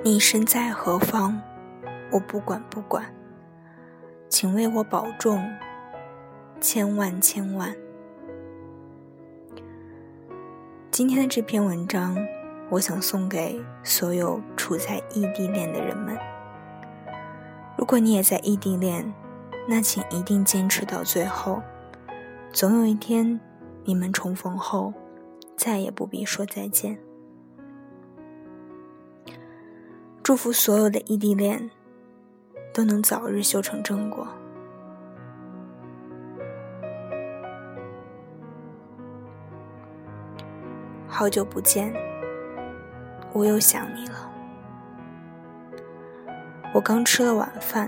你身在何方，我不管不管，请为我保重，千万千万。今天的这篇文章，我想送给所有处在异地恋的人们。如果你也在异地恋，那请一定坚持到最后，总有一天你们重逢后，再也不必说再见。祝福所有的异地恋都能早日修成正果。好久不见，我又想你了。我刚吃了晚饭，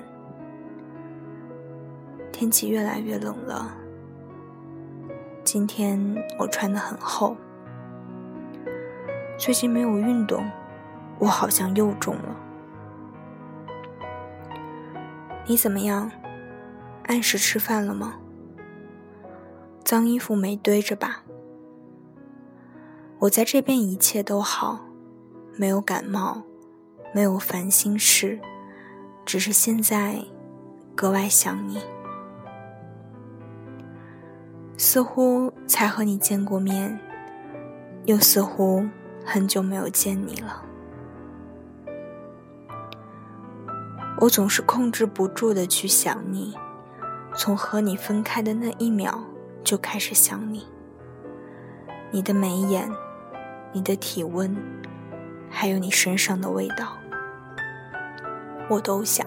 天气越来越冷了。今天我穿得很厚，最近没有运动，我好像又重了。你怎么样？按时吃饭了吗？脏衣服没堆着吧？我在这边一切都好，没有感冒，没有烦心事，只是现在格外想你。似乎才和你见过面，又似乎很久没有见你了。我总是控制不住地去想你，从和你分开的那一秒就开始想你。你的眉眼，你的体温，还有你身上的味道，我都想。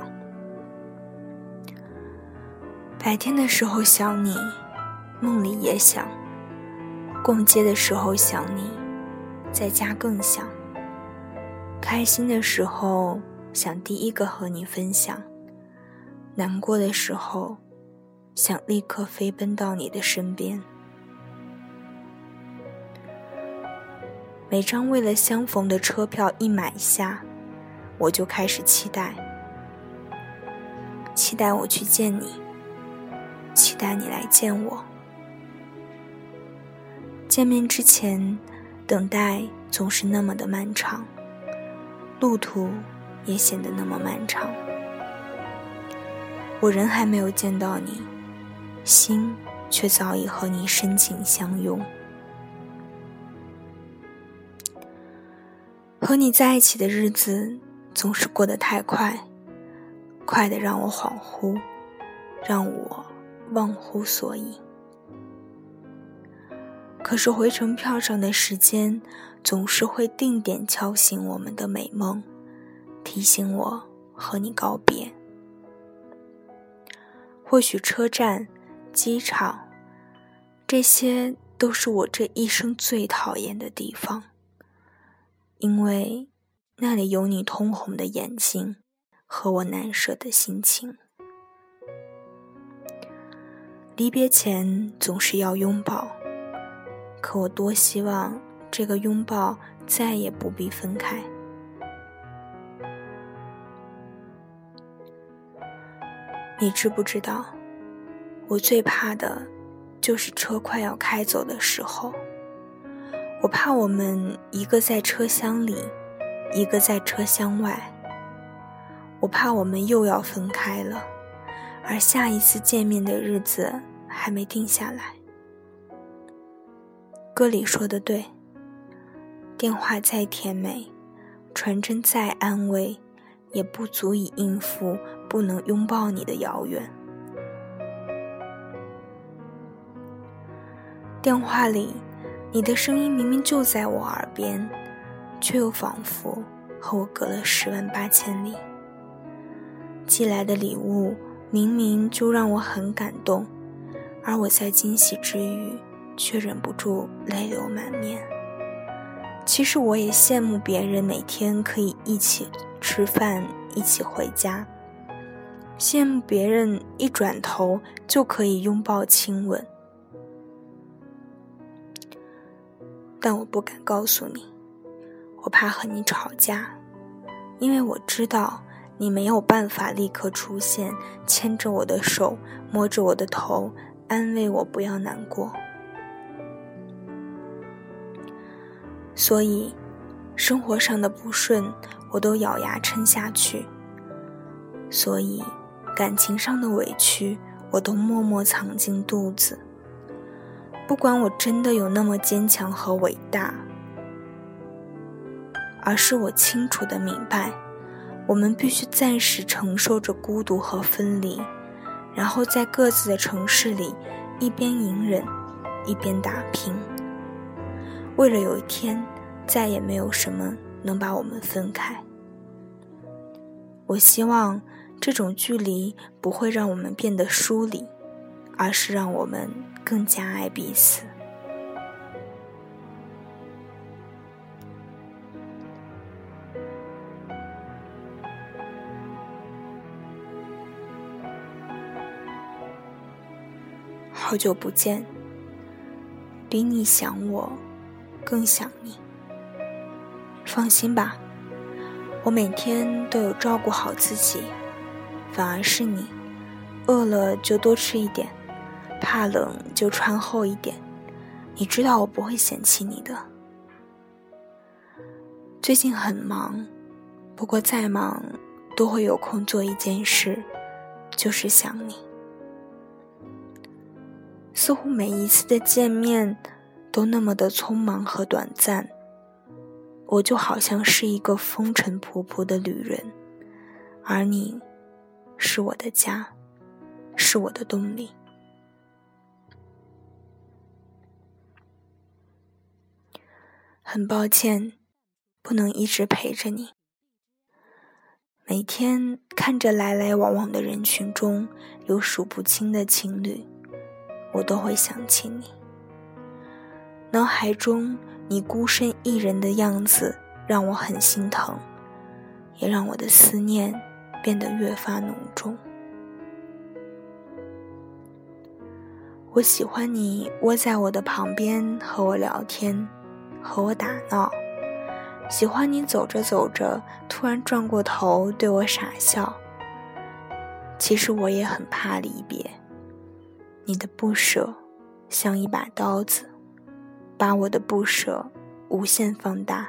白天的时候想你，梦里也想，逛街的时候想你，在家更想，开心的时候想第一个和你分享，难过的时候想立刻飞奔到你的身边。每张为了相逢的车票一买下，我就开始期待我去见你，期待你来见我。见面之前，等待总是那么的漫长，路途也显得那么漫长。我人还没有见到你，心却早已和你深情相拥。和你在一起的日子总是过得太快，快得让我恍惚，让我忘乎所以。可是回程票上的时间总是会定点敲醒我们的美梦，提醒我和你告别。或许车站、机场，这些都是我这一生最讨厌的地方，因为那里有你通红的眼睛和我难舍的心情。离别前总是要拥抱，可我多希望这个拥抱再也不必分开。你知不知道，我最怕的就是车快要开走的时候。我怕我们一个在车厢里，一个在车厢外。我怕我们又要分开了，而下一次见面的日子还没定下来。歌里说得对，电话再甜美，传真再安慰，也不足以应付不能拥抱你的遥远。电话里你的声音明明就在我耳边，却又仿佛和我隔了108000里。寄来的礼物明明就让我很感动，而我在惊喜之余却忍不住泪流满面。其实我也羡慕别人每天可以一起吃饭，一起回家，羡慕别人一转头就可以拥抱亲吻。但我不敢告诉你，我怕和你吵架，因为我知道你没有办法立刻出现，牵着我的手，摸着我的头，安慰我不要难过。所以生活上的不顺我都咬牙撑下去。所以感情上的委屈我都默默藏进肚子，不管我真的有那么坚强和伟大，而是我清楚地明白，我们必须暂时承受着孤独和分离，然后在各自的城市里一边隐忍一边打拼，为了有一天再也没有什么能把我们分开。我希望这种距离不会让我们变得疏离，而是让我们更加爱彼此。好久不见，比你想我更想你。放心吧，我每天都有照顾好自己，反而是你，饿了就多吃一点，怕冷就穿厚一点，你知道我不会嫌弃你的。最近很忙，不过再忙都会有空做一件事，就是想你。似乎每一次的见面都那么的匆忙和短暂，我就好像是一个风尘仆仆的旅人，而你是我的家，是我的动力。很抱歉不能一直陪着你，每天看着来来往往的人群中有数不清的情侣，我都会想起你。脑海中你孤身一人的样子让我很心疼，也让我的思念变得越发浓重。我喜欢你窝在我的旁边和我聊天，和我打闹，喜欢你走着走着突然转过头对我傻笑。其实我也很怕离别，你的不舍像一把刀子，把我的不舍无限放大。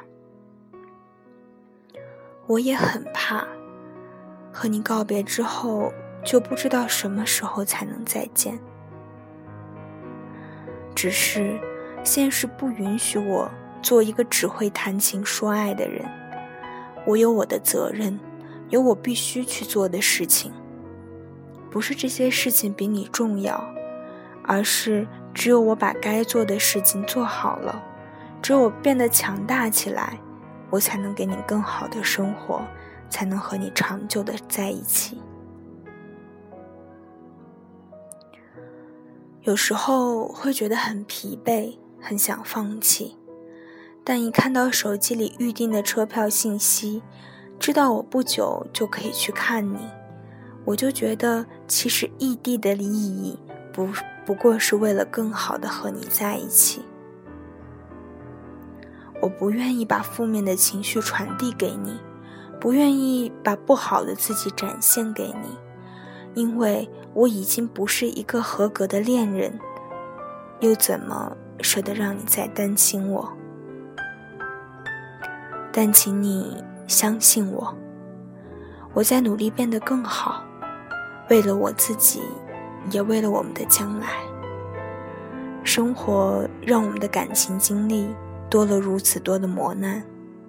我也很怕和你告别之后就不知道什么时候才能再见，只是现实不允许我做一个只会谈情说爱的人，我有我的责任，有我必须去做的事情。不是这些事情比你重要，而是只有我把该做的事情做好了，只有我变得强大起来，我才能给你更好的生活，才能和你长久的在一起。有时候会觉得很疲惫，很想放弃，但一看到手机里预定的车票信息，知道我不久就可以去看你，我就觉得其实异地的意义不过是为了更好的和你在一起。我不愿意把负面的情绪传递给你，不愿意把不好的自己展现给你，因为我已经不是一个合格的恋人，又怎么舍得让你再担心我？但请你相信我，我在努力变得更好，为了我自己，也为了我们的将来。生活让我们的感情经历多了如此多的磨难，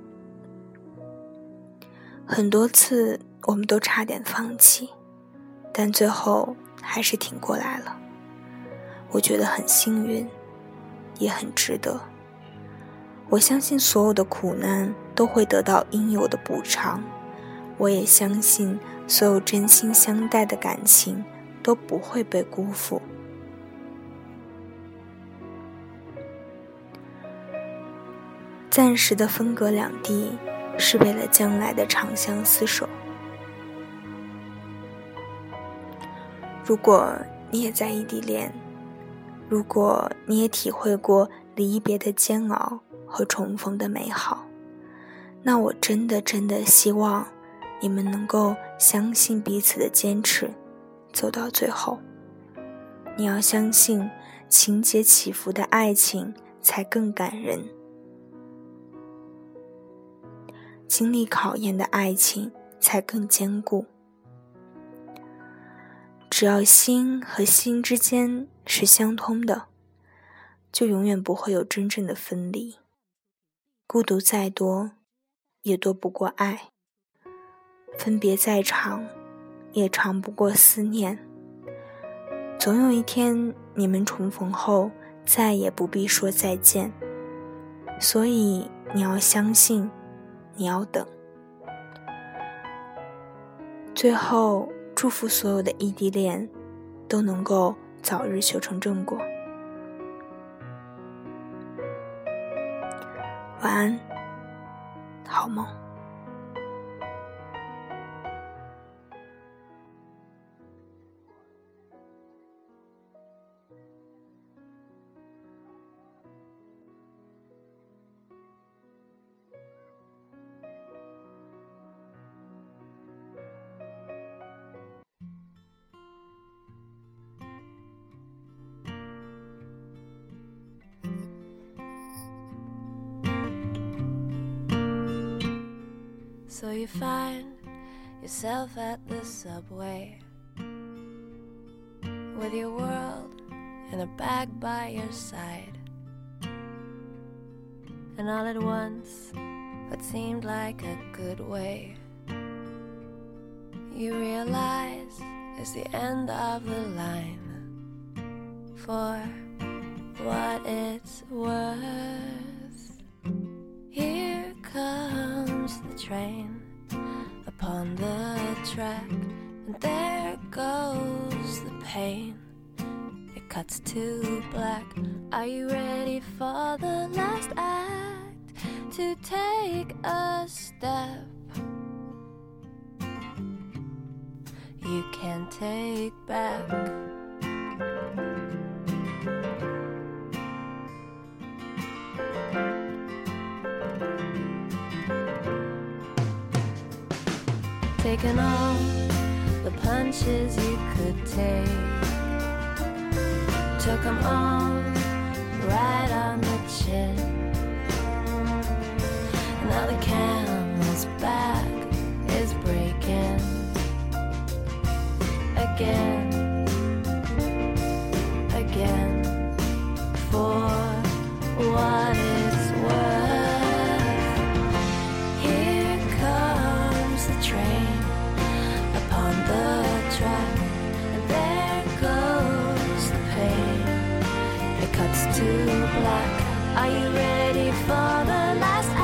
很多次我们都差点放弃，但最后还是挺过来了。我觉得很幸运，也很值得。我相信所有的苦难都会得到应有的补偿，我也相信所有真心相待的感情都不会被辜负。暂时的分隔两地，是为了将来的长相厮守。如果你也在异地恋，如果你也体会过离别的煎熬和重逢的美好，那我真的希望你们能够相信彼此的坚持，走到最后。你要相信，情节起伏的爱情才更感人。 经历考验的爱情才更坚固。只要心和心之间是相通的，就永远不会有真正的分离。孤独再多，也多不过爱；分别再长，也长不过思念。总有一天，你们重逢后，再也不必说再见。所以你要相信，你要等。最后，祝福所有的异地恋都能够早日修成正果。晚安，好梦。 So you find yourself at the subway with your world in a bag by your side, and all at once what seemed like a good way, you realize it's the end of the line. For what it's worth, here comes the train upon the track, and there goes the pain. It cuts to black. Are you ready for the last act? To take a step you can't take back. Taking all the punches you could take, took them all right on the chin. Now the camel's back is breaking again, again. For what it's worth, here comes the train upon the track, and there goes the pain. It cuts to black. Are you ready for the last